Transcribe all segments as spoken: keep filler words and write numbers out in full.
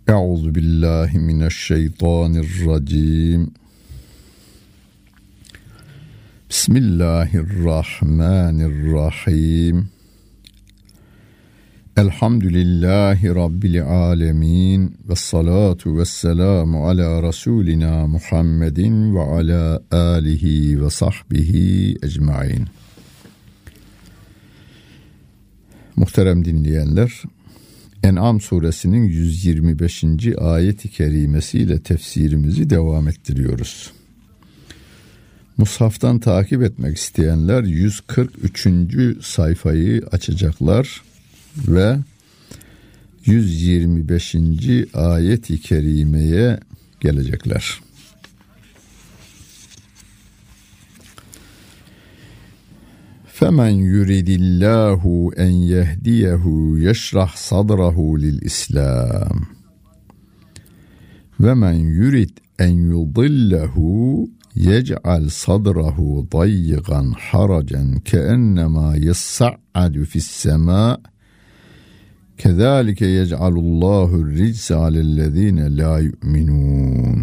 Euzu billahi mineşşeytanirracim. Bismillahirrahmanirrahim. Elhamdülillahi Rabbil alemin. Vessalatu vesselamu ala Resulina Muhammedin ve ala alihi ve sahbihi ecmain. Muhterem dinleyenler, En'am suresinin yüz yirmi beşinci ayet-i kerimesiyle tefsirimizi devam ettiriyoruz. Mushaftan takip etmek isteyenler yüz kırk üçüncü sayfayı açacaklar ve yüz yirmi beşinci ayet-i kerimeye gelecekler. فَمَنْ يُرِدِ اللّٰهُ اَنْ يَهْدِيَهُ يَشْرَحْ صَدْرَهُ لِلْإِسْلَامِ وَمَنْ يُرِدْ اَنْ يُضِلَّهُ يَجْعَلْ صَدْرَهُ ضَيِّقًا حَرَجًا كَأَنَّمَا يَصَّعَّدُ فِي السَّمَاءِ كَذَٰلِكَ يَجْعَلُ اللّٰهُ الرِّجْسَ عَلَى الَّذ۪ينَ لَا يُؤْمِنُونَ.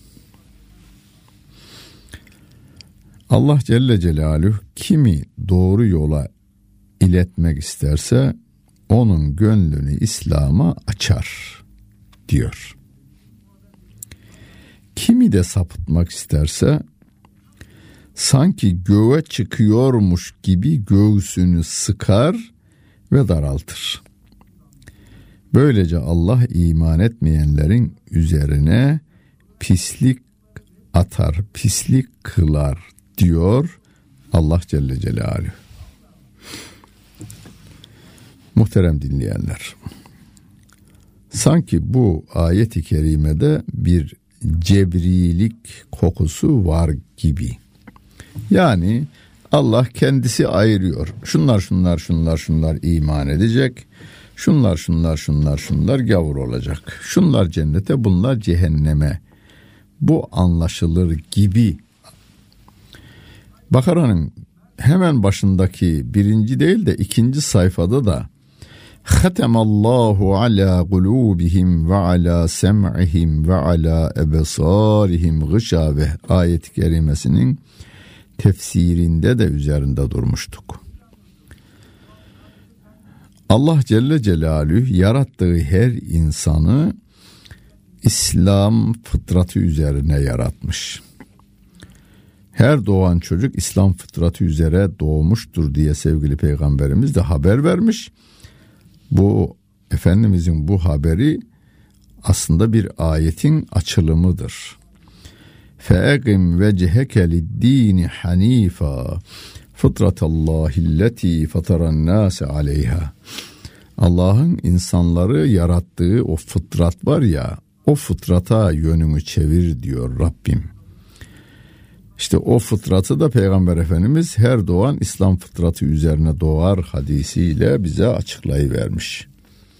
Allah Celle Celaluhu kimi doğru yola iletmek isterse onun gönlünü İslam'a açar diyor. Kimi de sapıtmak isterse sanki göğe çıkıyormuş gibi göğsünü sıkar ve daraltır. Böylece Allah iman etmeyenlerin üzerine pislik atar, pislik kılar diyor Allah Celle Celaluhu. Muhterem dinleyenler, sanki bu ayet-i kerimede bir cebrilik kokusu var gibi. Yani Allah kendisi ayırıyor. Şunlar şunlar şunlar şunlar iman edecek. Şunlar şunlar şunlar şunlar gavur olacak. Şunlar cennete, bunlar cehenneme. Bu anlaşılır gibi. Bakara'nın hemen başındaki birinci değil de ikinci sayfada da Hatemallahu ala kulubihim ve ala sem'ihim ve ala ebsarihim gışabe ayet-i kerimesinin tefsirinde de üzerinde durmuştuk. Allah Celle Celaluhu yarattığı her insanı İslam fıtratı üzerine yaratmış. Her doğan çocuk İslam fıtratı üzere doğmuştur diye sevgili Peygamberimiz de haber vermiş. Bu Efendimizin bu haberi aslında bir ayetin açılımıdır. فَاَقِمْ وَجْهَكَ لِلدِّينِ حَن۪يفًا فِطْرَةَ اللّٰهِ الَّتِي فَطَرَ النَّاسَ عَلَيْهَا. Allah'ın insanları yarattığı o fıtrat var ya, o fıtrata yönünü çevir diyor Rabbim. İşte o fıtratı da Peygamber Efendimiz her doğan İslam fıtratı üzerine doğar hadisiyle bize açıklayıvermiş.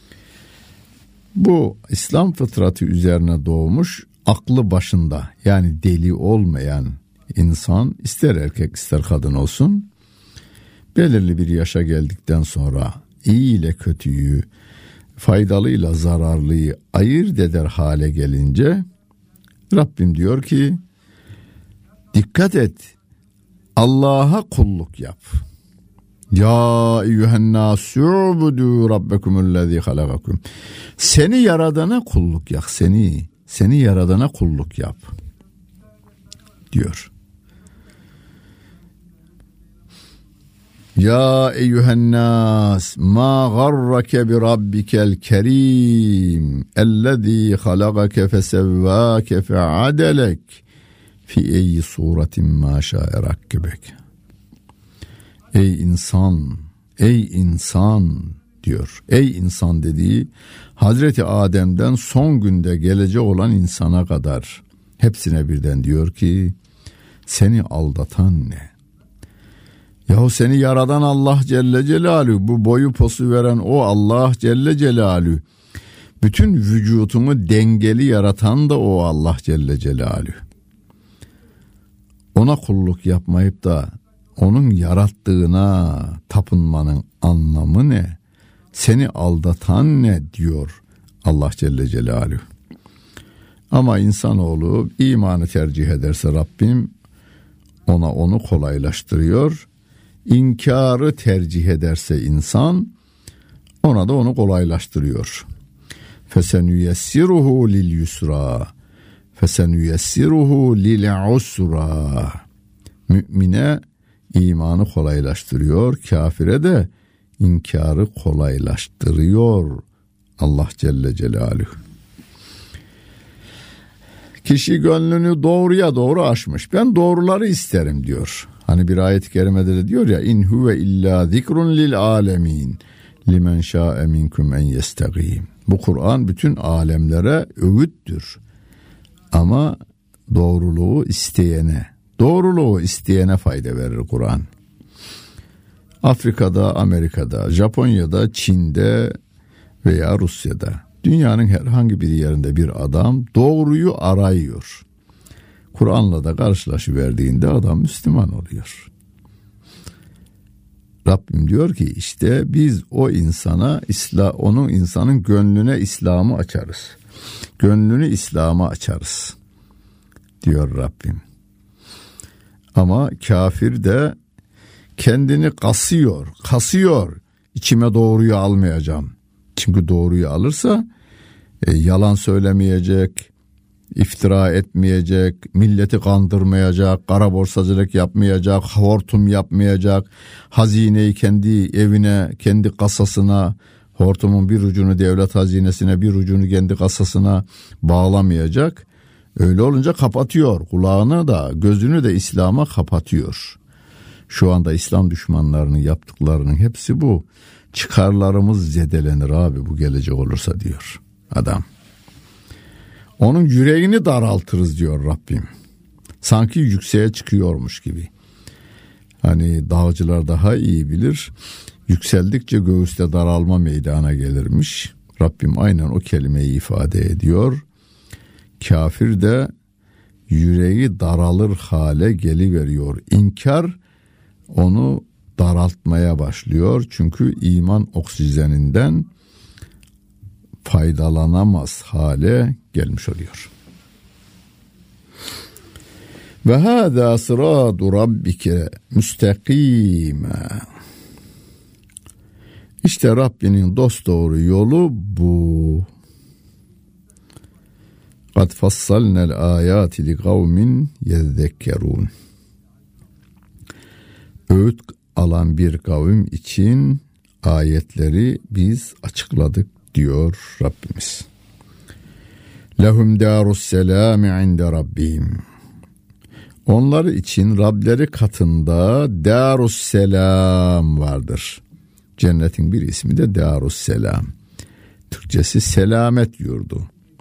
Bu İslam fıtratı üzerine doğmuş, aklı başında, yani deli olmayan insan, ister erkek ister kadın olsun, belirli bir yaşa geldikten sonra iyi ile kötüyü, faydalıyla zararlıyı ayırt eder hale gelince Rabbim diyor ki dikkat et, Allah'a kulluk yap. Ya eyyühennâsû'budu rabbekumullezî halagakum. Seni yaradana kulluk yap. Seni, seni yaradana kulluk yap diyor. Ya eyyühennâs mâ garrake bi rabbikel kerîm ellezî halagake fesevvâke fe'adelek fi eyyi suretin mâ şâe rakkebek. Ey insan, ey insan diyor. Ey insan dediği Hazreti Adem'den son günde gelecek olan insana kadar hepsine birden diyor ki seni aldatan ne? Yahu seni yaradan Allah Celle Celaluhu, bu boyu posu veren o Allah Celle Celaluhu, bütün vücutumu dengeli yaratan da o Allah Celle Celaluhu. Ona kulluk yapmayıp da onun yarattığına tapınmanın anlamı ne? Seni aldatan ne diyor Allah Celle Celaluhu. Ama insanoğlu imanı tercih ederse Rabbim ona onu kolaylaştırıyor. İnkarı tercih ederse insan ona da onu kolaylaştırıyor. Fesenüyessiruhu lil yusra. Fesenüyessiruhu lil usra. Mümine imanı kolaylaştırıyor, kafire de inkarı kolaylaştırıyor Allah Celle Celaluhu. Kişi gönlünü doğruya doğru açmış. Ben doğruları isterim diyor. Hani bir ayet-i kerimede de diyor ya, in huve illa zikrun lil alemin limen şa'e minkum en yestegîm. Bu Kur'an bütün alemlere öğüttür. Ama doğruluğu isteyene, doğruluğu isteyene fayda verir Kur'an. Afrika'da, Amerika'da, Japonya'da, Çin'de veya Rusya'da, dünyanın herhangi bir yerinde bir adam doğruyu arıyor. Kur'an'la da karşılaşıverdiğinde adam Müslüman oluyor. Rabbim diyor ki işte biz o insana, İslam, onun insanın gönlüne İslam'ı açarız. Gönlünü İslam'a açarız diyor Rabbim. Ama kafir de kendini kasıyor, kasıyor. İçime doğruyu almayacağım. Çünkü doğruyu alırsa e, yalan söylemeyecek, iftira etmeyecek, milleti kandırmayacak, kara borsacılık yapmayacak, hortum yapmayacak, hazineyi kendi evine, kendi kasasına, hortumun bir ucunu devlet hazinesine, bir ucunu kendi kasasına bağlamayacak. Öyle olunca kapatıyor, kulağını da gözünü de İslam'a kapatıyor. Şu anda İslam düşmanlarının yaptıklarının hepsi bu. Çıkarlarımız zedelenir abi bu gelecek olursa diyor adam. Onun yüreğini daraltırız diyor Rabbim. Sanki yükseğe çıkıyormuş gibi. Hani dağcılar daha iyi bilir. Yükseldikçe göğüste daralma meydana gelirmiş. Rabbim aynen o kelimeyi ifade ediyor. Kafir de yüreği daralır hale geliveriyor. İnkar onu daraltmaya başlıyor. Çünkü iman oksijeninden faydalanamaz hale gelmiş oluyor. Ve hâzâ sırâdu rabbike müstakîmâ. İşte Rabbinin dosdoğru yolu bu. Kad fassalnel âyâti li kavmin yezzekkerûn. Öğüt alan bir kavim için ayetleri biz açıkladık diyor Rabbimiz. Lehum darus selam inde rabbihim. Onlar için Rableri katında darus selam vardır. Cennetin bir ismi de darus selam. Türkçesi selamet yurdu.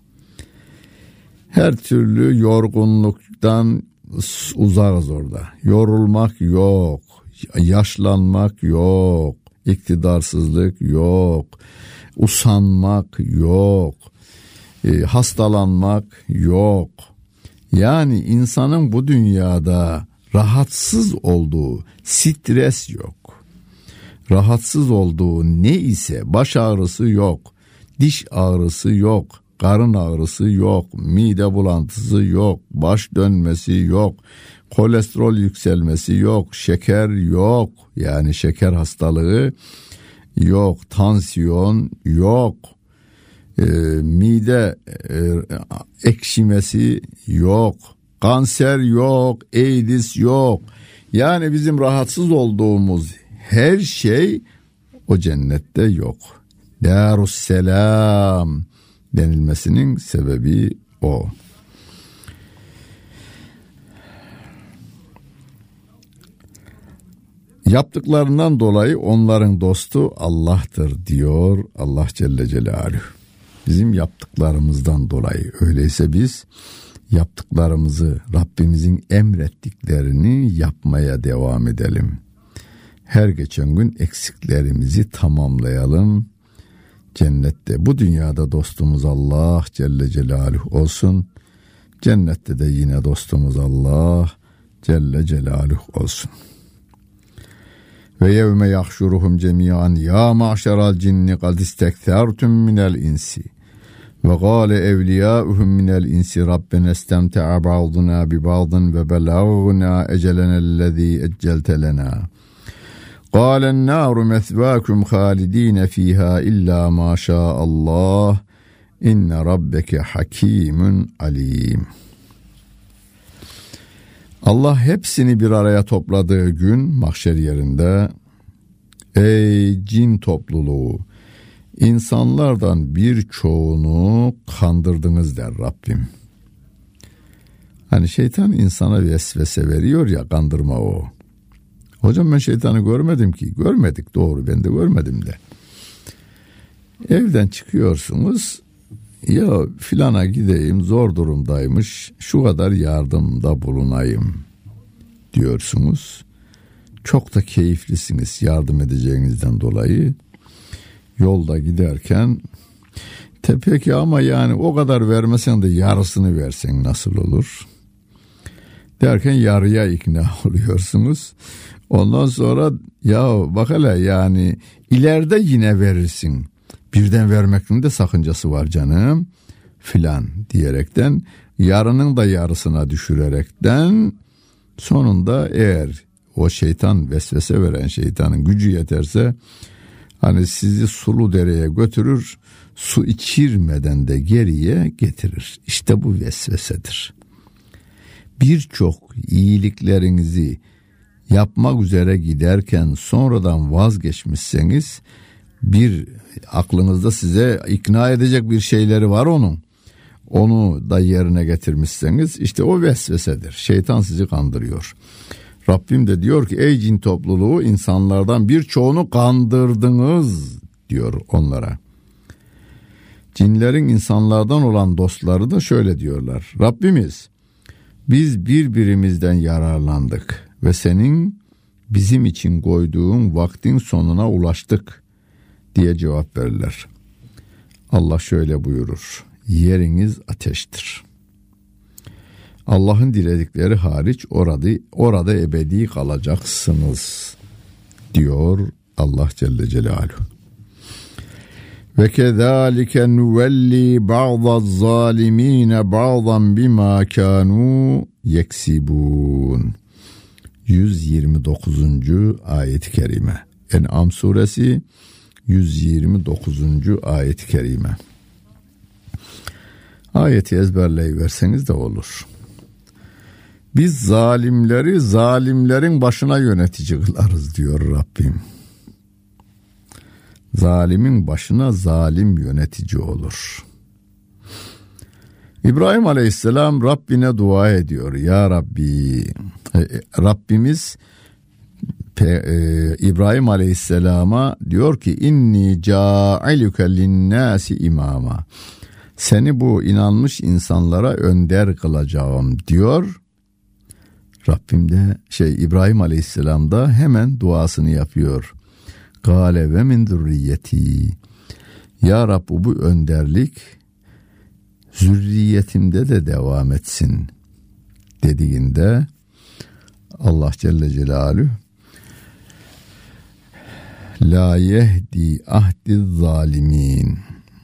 Her türlü yorgunluktan uzağız orada. Yorulmak yok, yaşlanmak yok, iktidarsızlık yok, usanmak yok, e, hastalanmak yok. Yani insanın bu dünyada rahatsız olduğu, stres yok. Rahatsız olduğu ne ise baş ağrısı yok, diş ağrısı yok, karın ağrısı yok, mide bulantısı yok, baş dönmesi yok, kolesterol yükselmesi yok, şeker yok, yani şeker hastalığı yok, tansiyon yok, e, mide e, ekşimesi yok, kanser yok, AIDS yok. Yani bizim rahatsız olduğumuz her şey o cennette yok. Darusselam denilmesinin sebebi o. Yaptıklarından dolayı onların dostu Allah'tır diyor Allah Celle Celaluhu. Bizim yaptıklarımızdan dolayı. Öyleyse biz yaptıklarımızı, Rabbimizin emrettiklerini yapmaya devam edelim. Her geçen gün eksiklerimizi tamamlayalım. Cennette, bu dünyada dostumuz Allah Celle Celaluhu olsun. Cennette de yine dostumuz Allah Celle Celaluhu olsun. Ve yevme yahşuruhum cemiyan ya ma'şeral cinni kad istektertum minel insi Ve gâle evliyâuhum minel insi rabbena istemte'a ba'duna bi ba'din ve belagna ecelenellezî eccelte lenâ. Gâlen nâru methvâkum hâlidîne fîhâ illâ mâ şâ'allâh inne rabbeke hakîmün alîm. Allah hepsini bir araya topladığı gün mahşer yerinde, ey cin topluluğu, insanlardan birçoğunu kandırdınız der Rabbim. Hani şeytan insana vesvese veriyor ya, kandırma o. Hocam ben şeytanı görmedim ki. Görmedik, doğru, ben de görmedim de. Evden çıkıyorsunuz, ya filana gideyim, zor durumdaymış, şu kadar yardımda bulunayım diyorsunuz. Çok da keyiflisiniz yardım edeceğinizden dolayı. Yolda giderken, peki ama yani o kadar vermesen de yarısını versen nasıl olur? Derken yarıya ikna oluyorsunuz. Ondan sonra ya bak hele, yani ileride yine verirsin. Birden vermenin de sakıncası var canım filan diyerekten, yarının da yarısına düşürerekten, sonunda eğer o şeytan, vesvese veren şeytanın gücü yeterse, hani sizi sulu dereye götürür, su içirmeden de geriye getirir. İşte bu vesvesedir. Birçok iyiliklerinizi yapmak üzere giderken sonradan vazgeçmişseniz, bir aklınızda size ikna edecek bir şeyleri var onun. Onu da yerine getirmişseniz, işte o vesvesedir. Şeytan sizi kandırıyor. Rabbim de diyor ki, ey cin topluluğu, insanlardan birçoğunu kandırdınız diyor onlara. Cinlerin insanlardan olan dostları da şöyle diyorlar: Rabbimiz, biz birbirimizden yararlandık ve senin bizim için koyduğun vaktin sonuna ulaştık diye cevap verirler. Allah şöyle buyurur: yeriniz ateştir. Allah'ın diledikleri hariç orada orada ebedi kalacaksınız diyor Allah Celle Celaluhu. Ve kezalike nuvelli ba'daz zalimine ba'dan bima kanu yeksibun. yüz yirmi dokuzuncu ayet-i kerime. En'am suresi yüz yirmi dokuzuncu ayet-i kerime. Ayeti ezberleyiverseniz de olur. Biz zalimleri zalimlerin başına yönetici kılarız diyor Rabbim. Zalimin başına zalim yönetici olur. İbrahim Aleyhisselam Rabbine dua ediyor. Ya Rabbi, Rabbimiz İbrahim Aleyhisselam'a diyor ki, inni ca'iluke linnâsi imama. Seni bu inanmış insanlara önder kılacağım diyor. Rabbim de şey İbrahim Aleyhisselam da hemen duasını yapıyor. Gâle ve min zürriyeti. Ya Rab, bu önderlik zürriyetimde de devam etsin dediğinde Allah Celle Celaluhu la yehdi ahdi zalimin.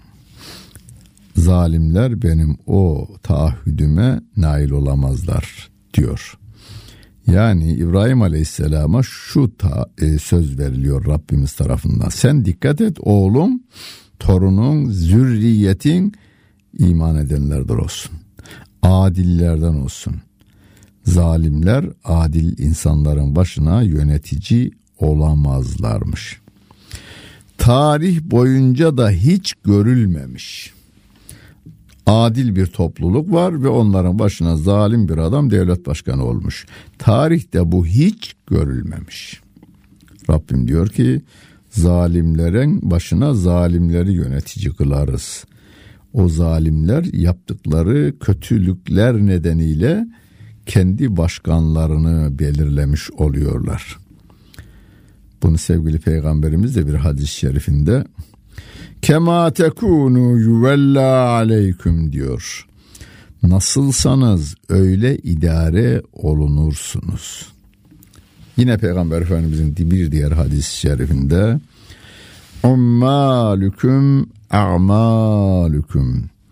Zalimler benim o taahhüdüme nail olamazlar diyor. Yani İbrahim Aleyhisselam'a şu ta, e, söz veriliyor Rabbimiz tarafından. Sen dikkat et oğlum, torunun, zürriyetin iman edenlerden olsun. Adillerden olsun. Zalimler adil insanların başına yönetici olamazlarmış. Tarih boyunca da hiç görülmemiş. Adil bir topluluk var ve onların başına zalim bir adam devlet başkanı olmuş. Tarihte bu hiç görülmemiş. Rabbim diyor ki, zalimlerin başına zalimleri yönetici kılarız. O zalimler yaptıkları kötülükler nedeniyle kendi başkanlarını belirlemiş oluyorlar. Bunu sevgili Peygamberimiz de bir hadis-i şerifinde kema tekunu yuvella aleyküm diyor. Nasılsanız öyle idare olunursunuz. Yine Peygamber Efendimizin bir diğer hadis-i şerifinde ummalüküm a'malüküm.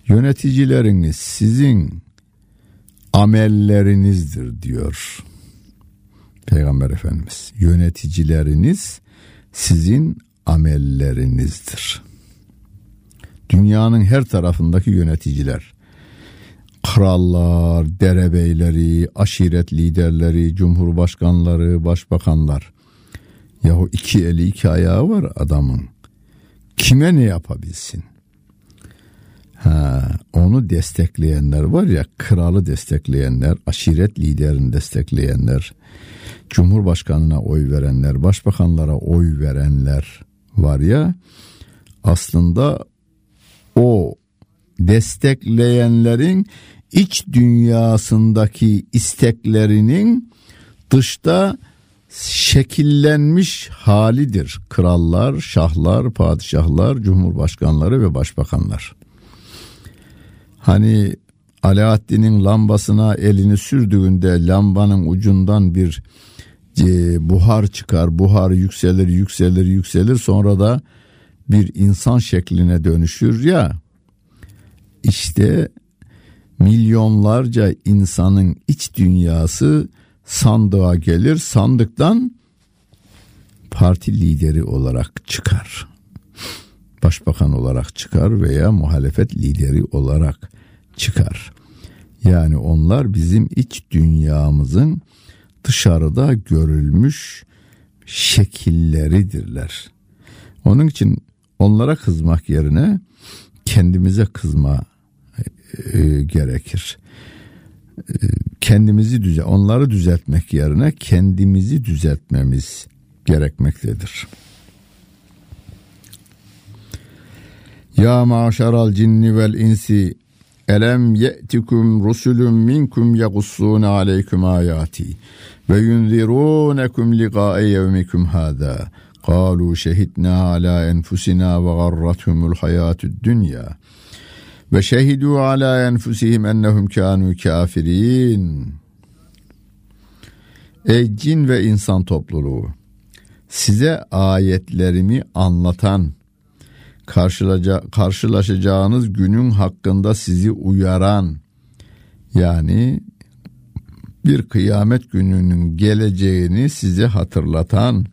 Yöneticileriniz sizin amellerinizdir diyor Peygamber Efendimiz. Yöneticileriniz sizin amellerinizdir. Dünyanın her tarafındaki yöneticiler, krallar, derebeyleri, aşiret liderleri, cumhurbaşkanları, başbakanlar. Yahu iki eli iki ayağı var adamın. Kime ne yapabilsin? Ha, onu destekleyenler var ya, kralı destekleyenler, aşiret liderini destekleyenler, cumhurbaşkanına oy verenler, başbakanlara oy verenler var ya, aslında o destekleyenlerin iç dünyasındaki isteklerinin dışta şekillenmiş halidir. Krallar, şahlar, padişahlar, cumhurbaşkanları ve başbakanlar. Hani Alaaddin'in lambasına elini sürdüğünde lambanın ucundan bir e, buhar çıkar. Buhar yükselir, yükselir, yükselir. Sonra da bir insan şekline dönüşür ya. İşte milyonlarca insanın iç dünyası sandığa gelir. Sandıktan parti lideri olarak çıkar. Başbakan olarak çıkar veya muhalefet lideri olarak çıkar. Yani onlar bizim iç dünyamızın dışarıda görülmüş şekilleridirler. Onun için onlara kızmak yerine kendimize kızma e, gerekir. E, kendimizi düze, onları düzeltmek yerine kendimizi düzeltmemiz gerekmektedir. Ya maşeral cinni vel insi elem ye'tikum rusulun minkum yaqussuna aleykum ayati ve yunzirunekum liqa'a yevmikum hâzâ قالوا شهدنا على أنفسنا وغرتهم الحياة الدنيا وشهدوا على أنفسهم أنهم كانوا كافرين. Ey cin ve insan topluluğu, size ayetlerimi anlatan, karşılaşacağınız günün hakkında sizi uyaran, yani bir kıyamet gününün geleceğini size hatırlatan,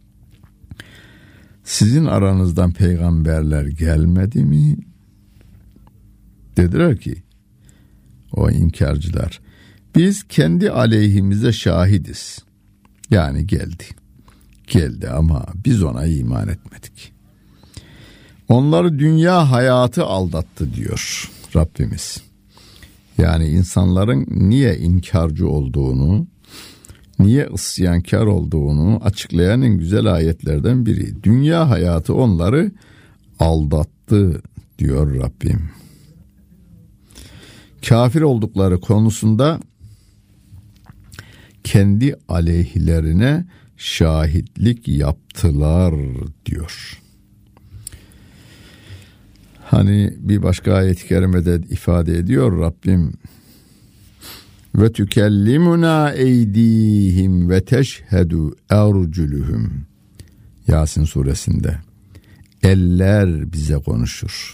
sizin aranızdan peygamberler gelmedi mi? Dediler ki o inkarcılar, biz kendi aleyhimize şahidiz. Yani geldi. Geldi ama biz ona iman etmedik. Onları dünya hayatı aldattı diyor Rabbimiz. Yani insanların niye inkarcı olduğunu, niye isyankar olduğunu açıklayan en güzel ayetlerden biri. Dünya hayatı onları aldattı diyor Rabbim. Kafir oldukları konusunda kendi aleyhlerine şahitlik yaptılar diyor. Hani bir başka ayet-i kerimede ifade ediyor Rabbim, ve tükellimuna eydihim ve teşhedü erculuhum. Yasin suresinde. Eller bize konuşur.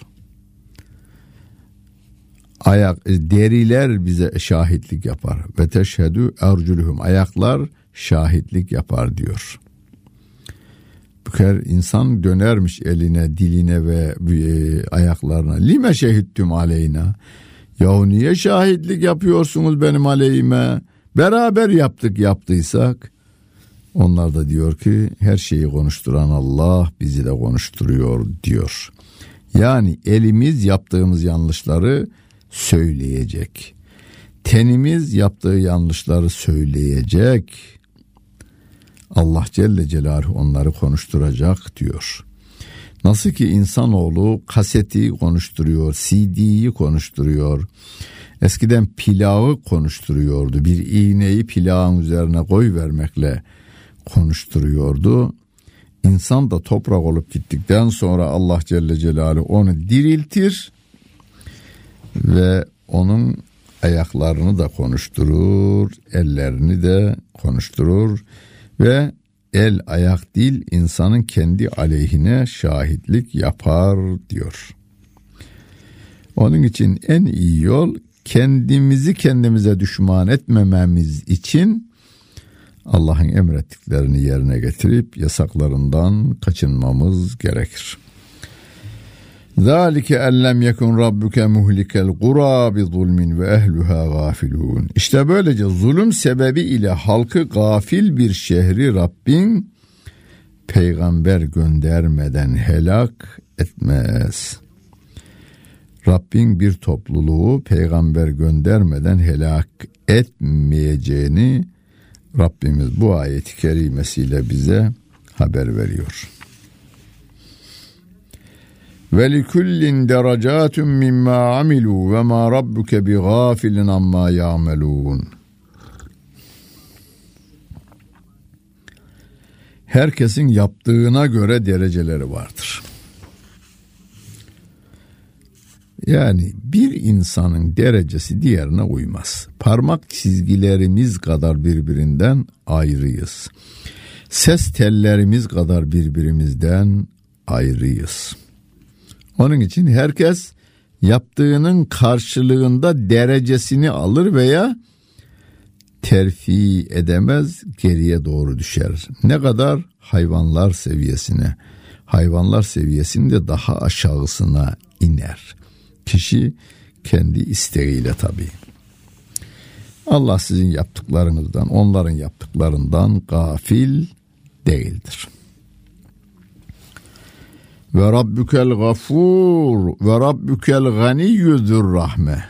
Ayak, deriler bize şahitlik yapar. Ve teşhedü erculuhum. Ayaklar şahitlik yapar diyor. Büker insan dönermiş eline, diline ve e, ayaklarına. Lime şehittum aleyna. Yahu niye şahitlik yapıyorsunuz benim aleyhime? Beraber yaptık yaptıysak. Onlar da diyor ki her şeyi konuşturan Allah bizi de konuşturuyor diyor. Yani elimiz yaptığımız yanlışları söyleyecek. Tenimiz yaptığı yanlışları söyleyecek. Allah Celle Celaluhu onları konuşturacak diyor. Nasıl ki insanoğlu kaseti konuşturuyor, C D'yi konuşturuyor. Eskiden pilavı konuşturuyordu. Bir iğneyi pilavın üzerine koy vermekle konuşturuyordu. İnsan da toprak olup gittikten sonra Allah Celle Celaluhu onu diriltir ve onun ayaklarını da konuşturur, ellerini de konuşturur ve el, ayak, dil insanın kendi aleyhine şahitlik yapar diyor. Onun için en iyi yol kendimizi kendimize düşman etmememiz için Allah'ın emrettiklerini yerine getirip yasaklarından kaçınmamız gerekir. ذَٰلِكَ اَلَّمْ يَكُنْ رَبُّكَ مُهْلِكَ الْقُرَى بِظُلْمٍ وَاَهْلُهَا غَافِلُونَ. İşte böylece zulüm sebebi ile halkı gafil bir şehri Rabbin peygamber göndermeden helak etmez. Rabbin bir topluluğu peygamber göndermeden helak etmeyeceğini Rabbimiz bu ayet-i kerimesiyle bize haber veriyor. وَلِكُلِّنْ دَرَجَاتٌ مِّمَّا عَمِلُوا وَمَا رَبُّكَ بِغَافِلٍ عَمَّا يَعْمَلُونَ. Herkesin yaptığına göre dereceleri vardır. Yani bir insanın derecesi diğerine uymaz. Parmak çizgilerimiz kadar birbirinden ayrıyız. Ses tellerimiz kadar birbirimizden ayrıyız. Onun için herkes yaptığının karşılığında derecesini alır veya terfi edemez, geriye doğru düşer. Ne kadar? Hayvanlar seviyesine. Hayvanlar seviyesinde daha aşağısına iner. Kişi kendi isteğiyle tabii. Allah sizin yaptıklarınızdan, onların yaptıklarından gafil değildir. Ve rabbukel gafur ve rabbukel ganiyyüzür rahme.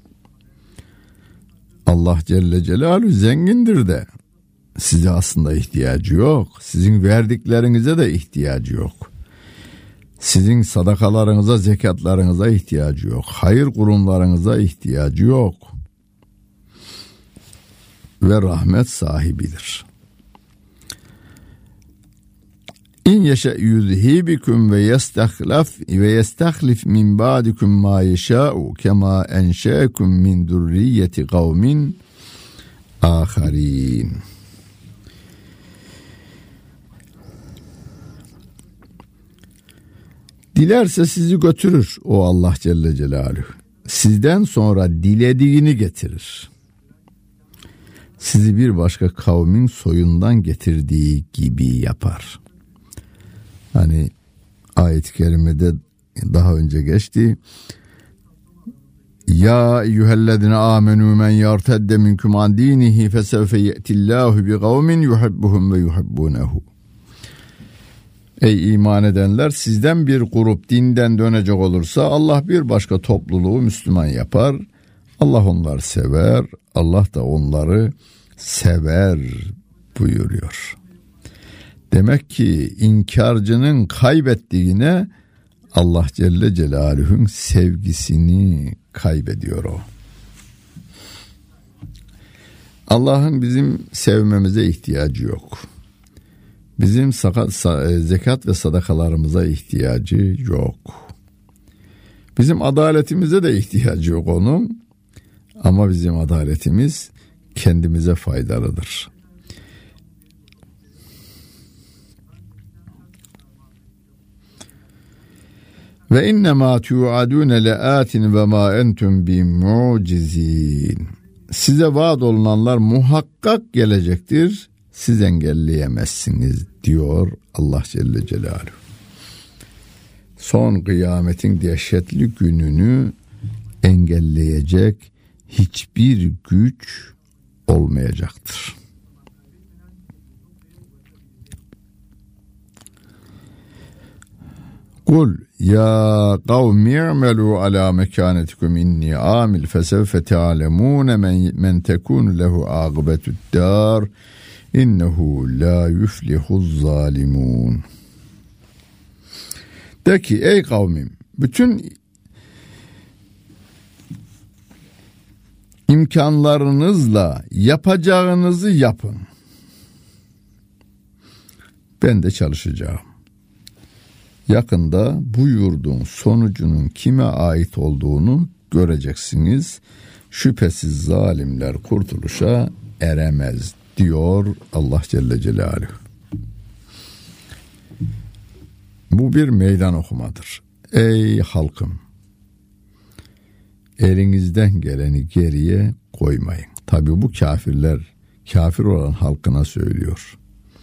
Allah Celle Celaluhu zengindir de size aslında ihtiyacı yok. Sizin verdiklerinize de ihtiyacı yok. Sizin sadakalarınıza, zekatlarınıza ihtiyacı yok. Hayır kurumlarınıza ihtiyacı yok. Ve rahmet sahibidir. İn yeşe yuzhibikum ve yestahlif ve yestahlif min ba'dikum ma yeşâ'u kema enşâkum min zurriyyeti kavmin âkharîn. Dilerse sizi götürür o Allah Celle Celaluhu. Sizden sonra dilediğini getirir. Sizi bir başka kavmin soyundan getirdiği gibi yapar. Hani ayet-i kerimede daha önce geçti. Ya eyyühellezine amenu men yartedde minkum an dinihi fesevfe ye'tillahu bi kavmin yuhibbuhum ve yuhibbunehu. Ey iman edenler, sizden bir grup dinden dönecek olursa Allah bir başka topluluğu Müslüman yapar. Allah onları sever, Allah da onları sever buyuruyor. Demek ki inkarcının kaybettiğine Allah Celle Celaluhu'nun sevgisini kaybediyor o. Allah'ın bizim sevmemize ihtiyacı yok. Bizim zekat ve sadakalarımıza ihtiyacı yok. Bizim adaletimize de ihtiyacı yok onun. Ama bizim adaletimiz kendimize faydalıdır. Ve innemâ tu'adûne le'âtin ve mâ entum bimucizîn. Size vaat olunanlar muhakkak gelecektir. Siz engelleyemezsiniz diyor Allah Celle Celaluhu. Son kıyametin dehşetli gününü engelleyecek hiçbir güç olmayacaktır. Kul ya kavmi i'melû alâ mekânetikum inni âmil fesevfe te'alemûne men, men tekûnu lehu âgıbetu'd-dâr innehu la yuflihuz zalimun. De ki ey kavmim, bütün imkanlarınızla yapacağınızı yapın. Ben de çalışacağım. Yakında bu yurdun sonucunun kime ait olduğunu göreceksiniz. Şüphesiz zalimler kurtuluşa eremez diyor Allah Celle Celaluhu. Bu bir meydan okumadır. Ey halkım, elinizden geleni geriye koymayın. Tabi bu kafirler, kafir olan halkına söylüyor.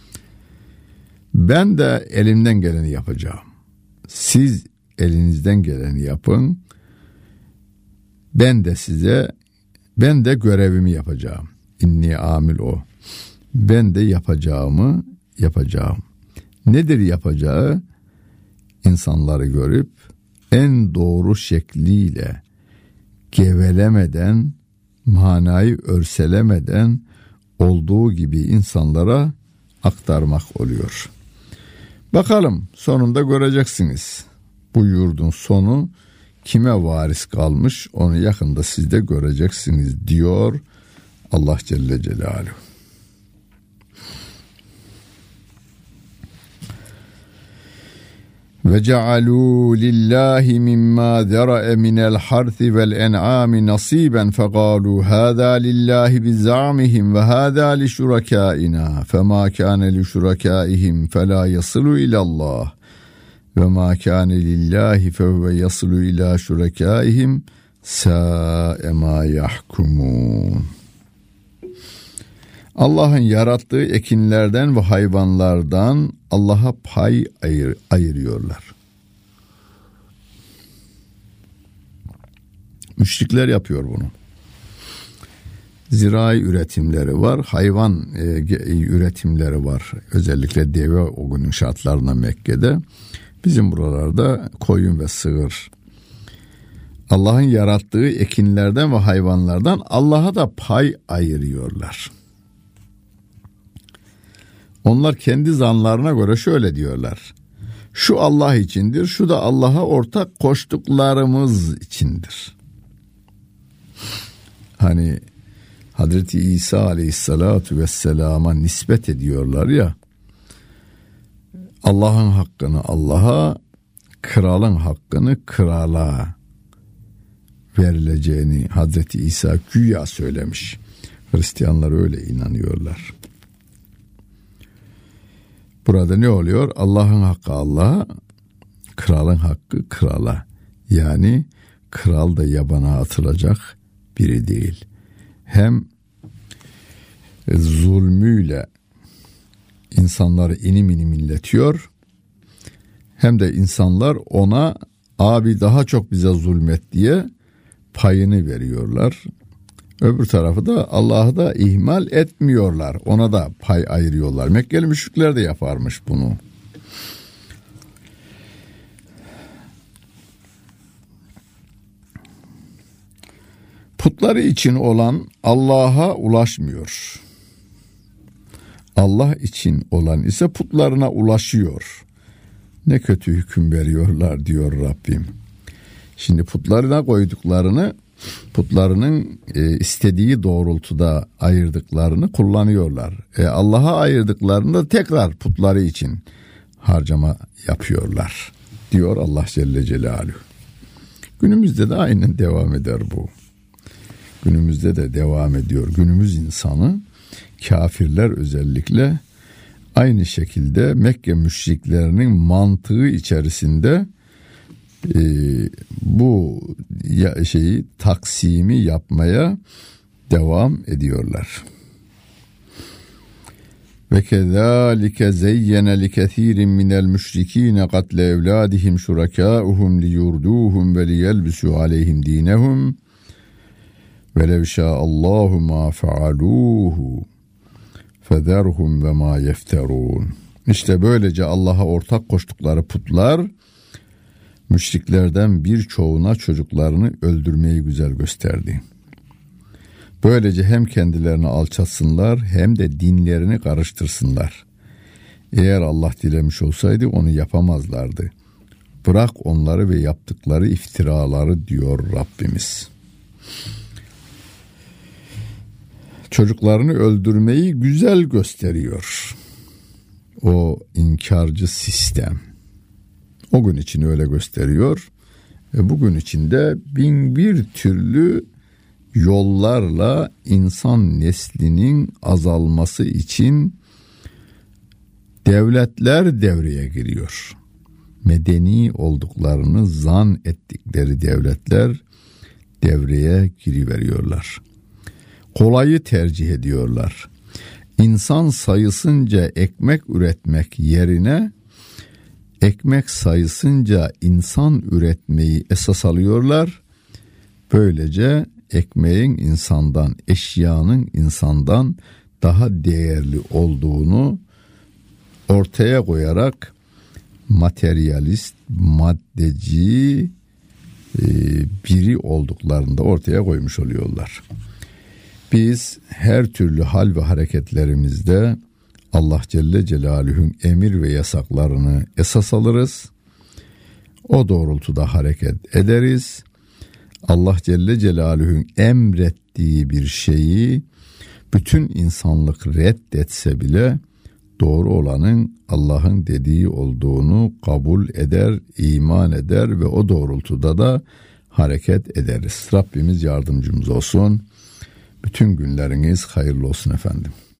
Ben de elimden geleni yapacağım. Siz elinizden geleni yapın. Ben de size, ben de görevimi yapacağım. İnni amil o. Ben de yapacağımı yapacağım. Nedir yapacağı? İnsanları görüp en doğru şekliyle gevelemeden, manayı örselemeden olduğu gibi insanlara aktarmak oluyor. Bakalım sonunda göreceksiniz. Bu yurdun sonu kime varis kalmış, onu yakında siz de göreceksiniz diyor Allah Celle Celaluhu. Ve cealû lillahi mimma zera'a minel harthi vel en'ami nasiben fekâlû hâzâ lillahi bizza'mihim ve hâzâ li şurakâina femâ kâne li şurakâihim felâ yasılu ilallah ve mâ kâne lillahi fevve yasılu ilâ şurakâihim sâe mâ yahkumûn. Allah'ın yarattığı ekinlerden ve hayvanlardan Allah'a pay ayır, ayırıyorlar. Müşrikler yapıyor bunu. Zirai üretimleri var, hayvan e, üretimleri var. Özellikle deve o günün şartlarında Mekke'de. Bizim buralarda koyun ve sığır. Allah'ın yarattığı ekinlerden ve hayvanlardan Allah'a da pay ayırıyorlar. Onlar kendi zanlarına göre şöyle diyorlar. Şu Allah içindir, şu da Allah'a ortak koştuklarımız içindir. Hani Hazreti İsa Aleyhissalatu vesselama nispet ediyorlar ya. Allah'ın hakkını Allah'a, kralın hakkını krala verileceğini Hazreti İsa güya söylemiş. Hristiyanlar öyle inanıyorlar. Burada ne oluyor? Allah'ın hakkı Allah'a, kralın hakkı krala. Yani kral da yabana atılacak biri değil. Hem zulmüyle insanları inim inim inletiyor, hem de insanlar ona abi daha çok bize zulmet diye payını veriyorlar. Öbür tarafı da Allah'ı da ihmal etmiyorlar. Ona da pay ayırıyorlar. Mekkeli müşrikler de yaparmış bunu. Putları için olan Allah'a ulaşmıyor. Allah için olan ise putlarına ulaşıyor. Ne kötü hüküm veriyorlar diyor Rabbim. Şimdi putlarına koyduklarını, putlarının e, istediği doğrultuda ayırdıklarını kullanıyorlar. E, Allah'a ayırdıklarında tekrar putları için harcama yapıyorlar diyor Allah Celle Celaluhu. Günümüzde de aynen devam eder bu. Günümüzde de devam ediyor. Günümüz insanı, kafirler özellikle aynı şekilde Mekke müşriklerinin mantığı içerisinde e, bu ya, şeyi taksimi yapmaya devam ediyorlar. Ve kezalike zeyyene likethirin minel müşrikine katle evladihim şurakâuhum liyurduhum ve liyelbisu aleyhim dinehum ve lev şâallahu mâ fealûhu fezerhum ve mâ yefterûn. İşte böylece Allah'a ortak koştukları putlar müşriklerden birçoğuna çocuklarını öldürmeyi güzel gösterdi. Böylece hem kendilerini alçatsınlar hem de dinlerini karıştırsınlar. Eğer Allah dilemiş olsaydı onu yapamazlardı. Bırak onları ve yaptıkları iftiraları diyor Rabbimiz. Çocuklarını öldürmeyi güzel gösteriyor o inkarcı sistem. O gün için öyle gösteriyor ve bugün içinde bin bir türlü yollarla insan neslinin azalması için devletler devreye giriyor. Medeni olduklarını zan ettikleri devletler devreye giriveriyorlar. Kolayı tercih ediyorlar. İnsan sayısınca ekmek üretmek yerine ekmek sayısınca insan üretmeyi esas alıyorlar. Böylece ekmeğin insandan, eşyanın insandan daha değerli olduğunu ortaya koyarak materyalist, maddeci e, biri olduklarını da ortaya koymuş oluyorlar. Biz her türlü hal ve hareketlerimizde Allah Celle Celaluhu'nun emir ve yasaklarını esas alırız. O doğrultuda hareket ederiz. Allah Celle Celaluhu'nun emrettiği bir şeyi bütün insanlık reddetse bile doğru olanın Allah'ın dediği olduğunu kabul eder, iman eder ve o doğrultuda da hareket ederiz. Rabbimiz yardımcımız olsun. Bütün günleriniz hayırlı olsun efendim.